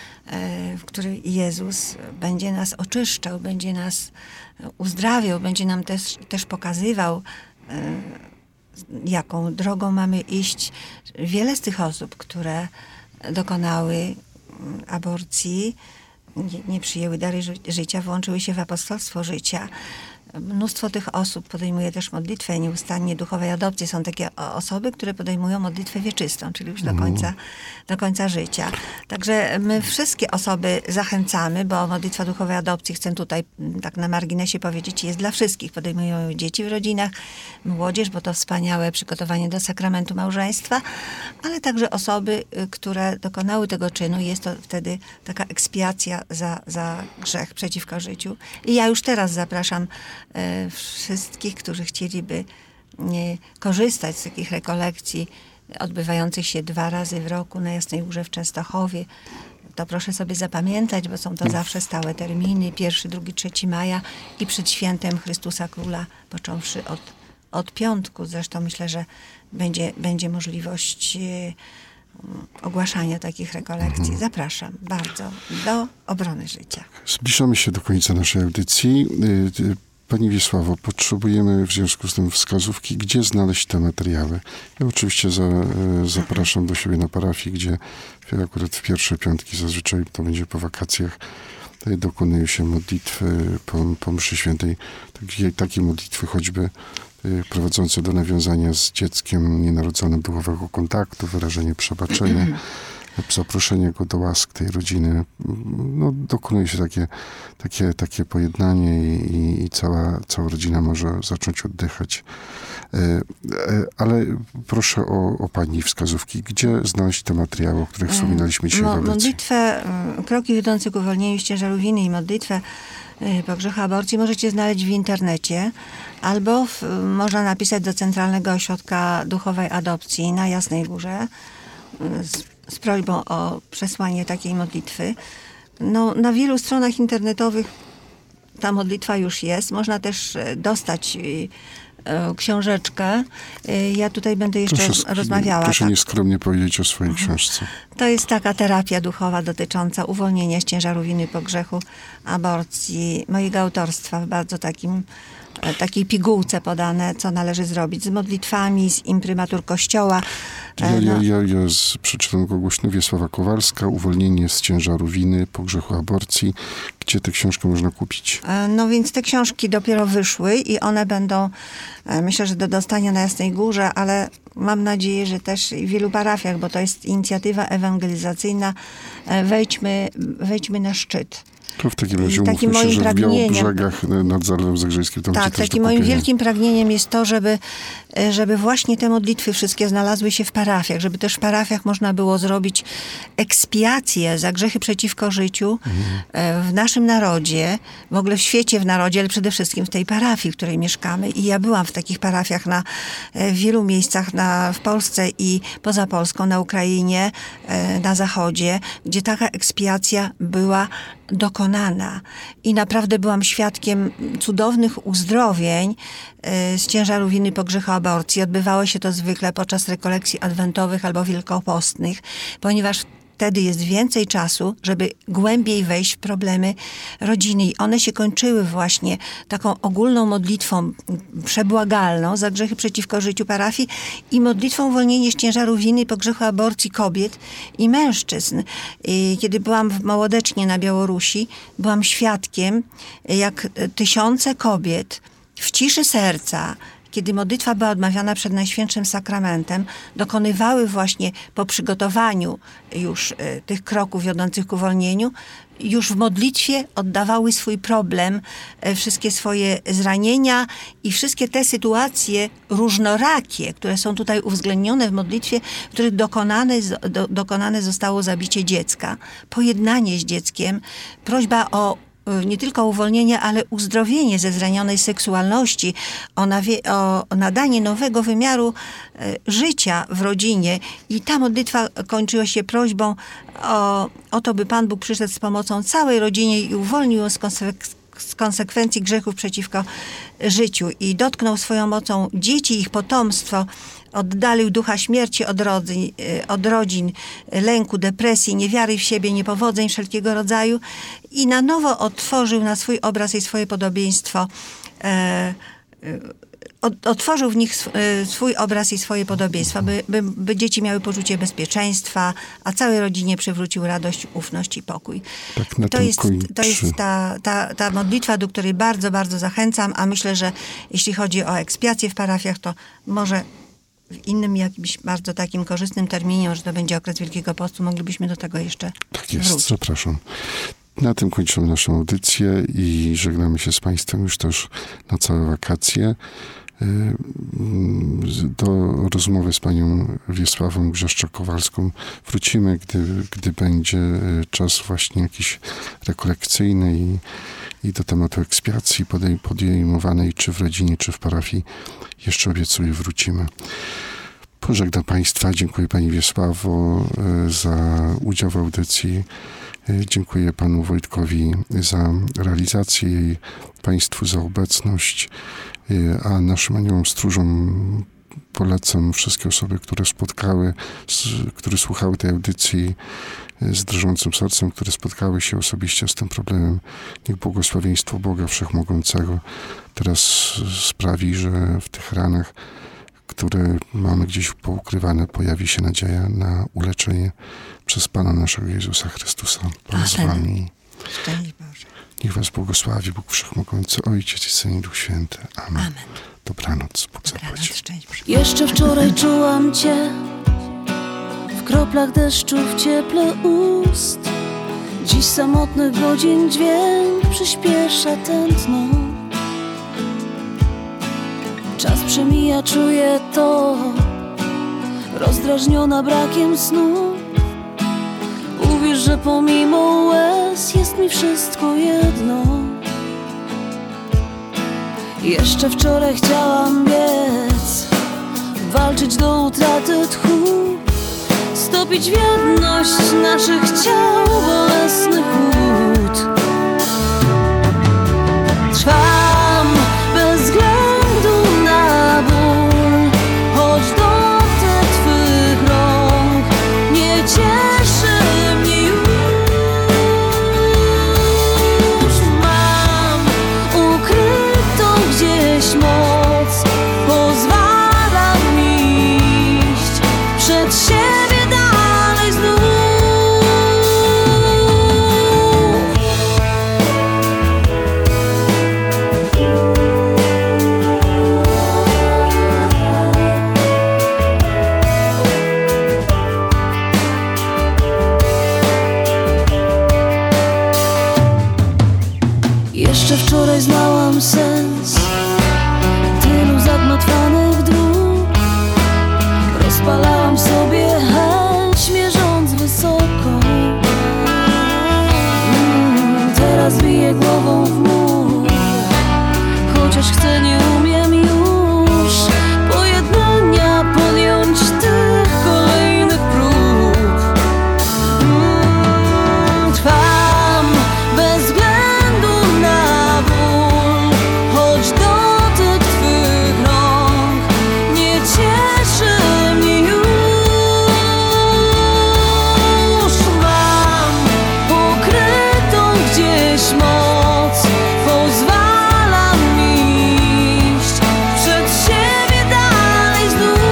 e, w której Jezus będzie nas oczyszczał, będzie nas uzdrawiał, będzie nam też, też pokazywał, e, jaką drogą mamy iść. Wiele z tych osób, które dokonały aborcji, nie, nie przyjęły dary ży- życia, włączyły się w apostolstwo życia. Mnóstwo tych osób podejmuje też modlitwę nieustannie duchowej adopcji. Są takie o- osoby, które podejmują modlitwę wieczystą, czyli już do końca, do końca życia. Także my wszystkie osoby zachęcamy, bo modlitwa duchowej adopcji, chcę tutaj m, tak na marginesie powiedzieć, jest dla wszystkich. Podejmują ją dzieci w rodzinach, młodzież, bo to wspaniałe przygotowanie do sakramentu małżeństwa, ale także osoby, y, które dokonały tego czynu. Jest to wtedy taka ekspiacja za, za grzech przeciwko życiu. I ja już teraz zapraszam e, wszystkich, którzy chcieliby nie, korzystać z takich rekolekcji odbywających się dwa razy w roku na Jasnej Górze w Częstochowie. To proszę sobie zapamiętać, bo są to zawsze stałe terminy. Pierwszy, drugi, trzeci maja i przed świętem Chrystusa Króla, począwszy od, od piątku. Zresztą myślę, że będzie, będzie możliwość e, ogłaszania takich rekolekcji. Zapraszam bardzo do obrony życia. Zbliżamy się do końca naszej audycji. Y, y, Pani Wiesławo, potrzebujemy w związku z tym wskazówki, gdzie znaleźć te materiały. Ja oczywiście za, y, zapraszam do siebie na parafię, gdzie akurat w pierwsze piątki, zazwyczaj to będzie po wakacjach, y, dokonują się modlitwy po, po mszy świętej. Takie, takie modlitwy choćby y, prowadzące do nawiązania z dzieckiem nienarodzonym duchowego kontaktu, wyrażenie przebaczenia, zaproszenie go do łask tej rodziny. No, dokonuje się takie, takie, takie pojednanie i, i, i cała, cała rodzina może zacząć oddychać. E, e, ale proszę o, o Pani wskazówki. Gdzie znaleźć te materiały, o których wspominaliśmy dzisiaj w Mo- audycji? modlitwę, y, kroki wiodące ku uwolnieniu z ciężaru winy i modlitwę y, po grzechu aborcji możecie znaleźć w internecie albo w, można napisać do Centralnego Ośrodka Duchowej Adopcji na Jasnej Górze y, z, z prośbą o przesłanie takiej modlitwy. No, na wielu stronach internetowych ta modlitwa już jest. Można też e, dostać e, e, książeczkę. E, Ja tutaj będę jeszcze Proszę, sk- rozmawiała. proszę tak. nieskromnie powiedzieć o swojej książce. To jest taka terapia duchowa dotycząca uwolnienia z ciężaru winy po grzechu aborcji. Mojego autorstwa w bardzo takim, e, takiej pigułce podane, co należy zrobić z modlitwami, z imprymatur kościoła. Ja, E, ja, no, ja, ja z, przeczytam go głośno. Wiesława Kowalska, Uwolnienie z ciężaru winy po grzechu aborcji. Gdzie tę książkę można kupić? E, No więc te książki dopiero wyszły i one będą, e, myślę, że do dostania na Jasnej Górze, ale mam nadzieję, że też w wielu parafiach, bo to jest inicjatywa ewangelizacyjna. E, Wejdźmy, wejdźmy na szczyt. To w takim razie I takim umówmy się, moim że w pragnieniem- Białobrzegach nad Zalewem Zagrzejskim tam Tak, będzie też takim do moim kupienia. wielkim pragnieniem jest to, żeby, e, żeby właśnie te modlitwy wszystkie znalazły się w parafiach, żeby też w parafiach można było zrobić ekspiację za grzechy przeciwko życiu e, w naszym narodzie, w ogóle w świecie, w narodzie, ale przede wszystkim w tej parafii, w której mieszkamy. I ja byłam w takich parafiach na e, w wielu miejscach na, w Polsce i poza Polską, na Ukrainie, e, na Zachodzie, gdzie taka ekspiacja była dokonana. I naprawdę byłam świadkiem cudownych uzdrowień e, z ciężaru winy po grzechu aborcji. Odbywało się to zwykle podczas rekolekcji adwentowych albo wielkopostnych, ponieważ wtedy jest więcej czasu, żeby głębiej wejść w problemy rodziny. I one się kończyły właśnie taką ogólną modlitwą przebłagalną za grzechy przeciwko życiu parafii i modlitwą uwolnienia z ciężaru winy po grzechu aborcji kobiet i mężczyzn. I kiedy byłam w Mołodecznie na Białorusi, byłam świadkiem, jak tysiące kobiet w ciszy serca, kiedy modlitwa była odmawiana przed Najświętszym Sakramentem, dokonywały właśnie po przygotowaniu już y, tych kroków wiodących ku uwolnieniu, już w modlitwie oddawały swój problem, y, wszystkie swoje zranienia i wszystkie te sytuacje różnorakie, które są tutaj uwzględnione w modlitwie, w których dokonane, z- do, dokonane zostało zabicie dziecka, pojednanie z dzieckiem, prośba o nie tylko uwolnienie, ale uzdrowienie ze zranionej seksualności, o, nawie- o nadanie nowego wymiaru e, życia w rodzinie. I ta modlitwa kończyła się prośbą o, o to, by Pan Bóg przyszedł z pomocą całej rodzinie i uwolnił ją z konsekwencji z konsekwencji grzechów przeciwko życiu i dotknął swoją mocą dzieci, ich potomstwo, oddalił ducha śmierci od rodzin, od rodzin, lęku, depresji, niewiary w siebie, niepowodzeń wszelkiego rodzaju i na nowo otworzył na swój obraz i swoje podobieństwo e, Od, otworzył w nich sw, y, swój obraz i swoje podobieństwa, by, by, by dzieci miały poczucie bezpieczeństwa, a całej rodzinie przywrócił radość, ufność i pokój. Tak na to, tym jest, kończy. to jest ta, ta, ta modlitwa, do której bardzo, bardzo zachęcam, a myślę, że jeśli chodzi o ekspiację w parafiach, to może w innym jakimś bardzo takim korzystnym terminie, że to będzie okres Wielkiego Postu, moglibyśmy do tego jeszcze Tak jest, wrócić. zapraszam. Na tym kończymy naszą audycję i żegnamy się z Państwem już też na całe wakacje. Do rozmowy z panią Wiesławą Grzeszczak-Kowalską wrócimy, gdy, gdy będzie czas właśnie jakiś rekolekcyjny i, i do tematu ekspiacji podej, podejmowanej czy w rodzinie, czy w parafii jeszcze obiecuję wrócimy. Pożegnam Państwa. Dziękuję Pani Wiesławo za udział w audycji. Dziękuję Panu Wojtkowi za realizację i Państwu za obecność. A naszym aniołom stróżom polecam wszystkie osoby, które spotkały, które słuchały tej audycji z drżącym sercem, które spotkały się osobiście z tym problemem. Niech błogosławieństwo Boga Wszechmogącego teraz sprawi, że w tych ranach, które mamy gdzieś poukrywane, pojawi się nadzieja na uleczenie przez Pana naszego Jezusa Chrystusa. Pan z Wami. Szczęść Boże. Niech Was błogosławi Bóg Wszechmogący, Ojciec i Syn i Duch Święty. Amen. Amen. Dobranoc. Bóg Dobranoc, zapłać. szczęść Boże. Jeszcze wczoraj czułam Cię w kroplach deszczu, w cieple ust. Dziś samotnych godzin dźwięk przyspiesza tętno. Czas przemija, czuję to, rozdrażniona brakiem snu. Uwierz, że pomimo łez jest mi wszystko jedno. Jeszcze wczoraj chciałam biec, walczyć do utraty tchu, stopić w jedność naszych ciał bolesnych łód. Trwam bez względu na ból, choć dotyk Twych rąk nie cieszy mnie już. Mam ukrytą gdzieś moc, pozwala mi iść przed siebie dalej znów. wczoraj znałam sens tylu zagmatwanych dróg. Rozpalałam sobie chęć, mierząc wysoko. mm, Teraz biję głową w mur, chociaż chcę, nie umiem już pojednania podjąć tych kolejnych prób. mm, Trwam bez względu na ból, choć dotyk twych rąk nie cieszy mnie już. Mam ukrytą gdzieś moc, pozwala mi iść przed siebie dalej znów.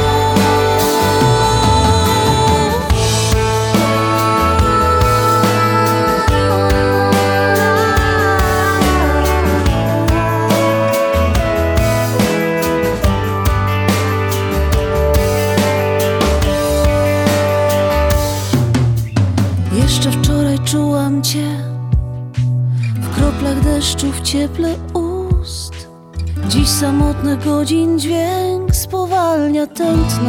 Jeszcze wczoraj czułam cię w kroplach deszczu, w cieple ust. Dziś samotnych godzin dźwięk spowalnia tętno.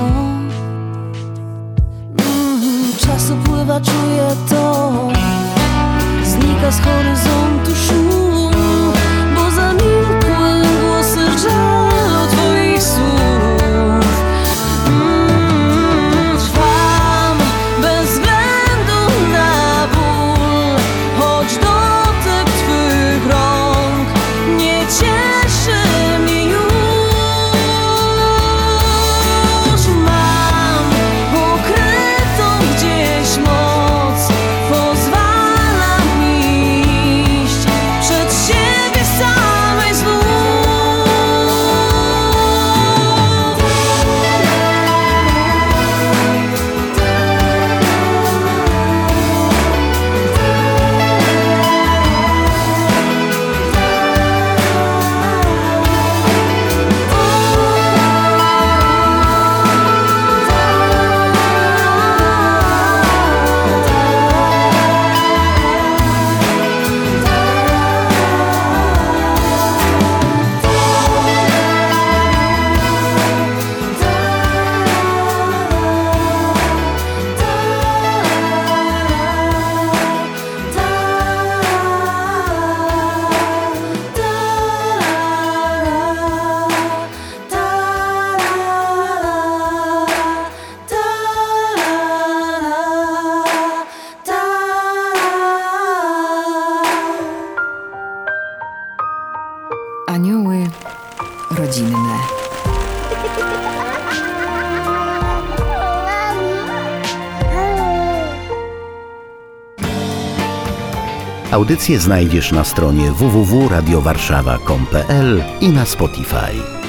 mm, Czas upływa, czuję to, znika z horyzontu szum, bo zamilkły głosy żalu twoich słów. mm, Trwam bez względu na ból, choć dotyk twych rąk nie cieszy mnie już. Mam ukrytą gdzieś moc, pozwala mi iść przed siebie samej znów. Anioły rodzinne. Audycję znajdziesz na stronie w w w kropka radio warszawa kropka com kropka p l i na Spotify.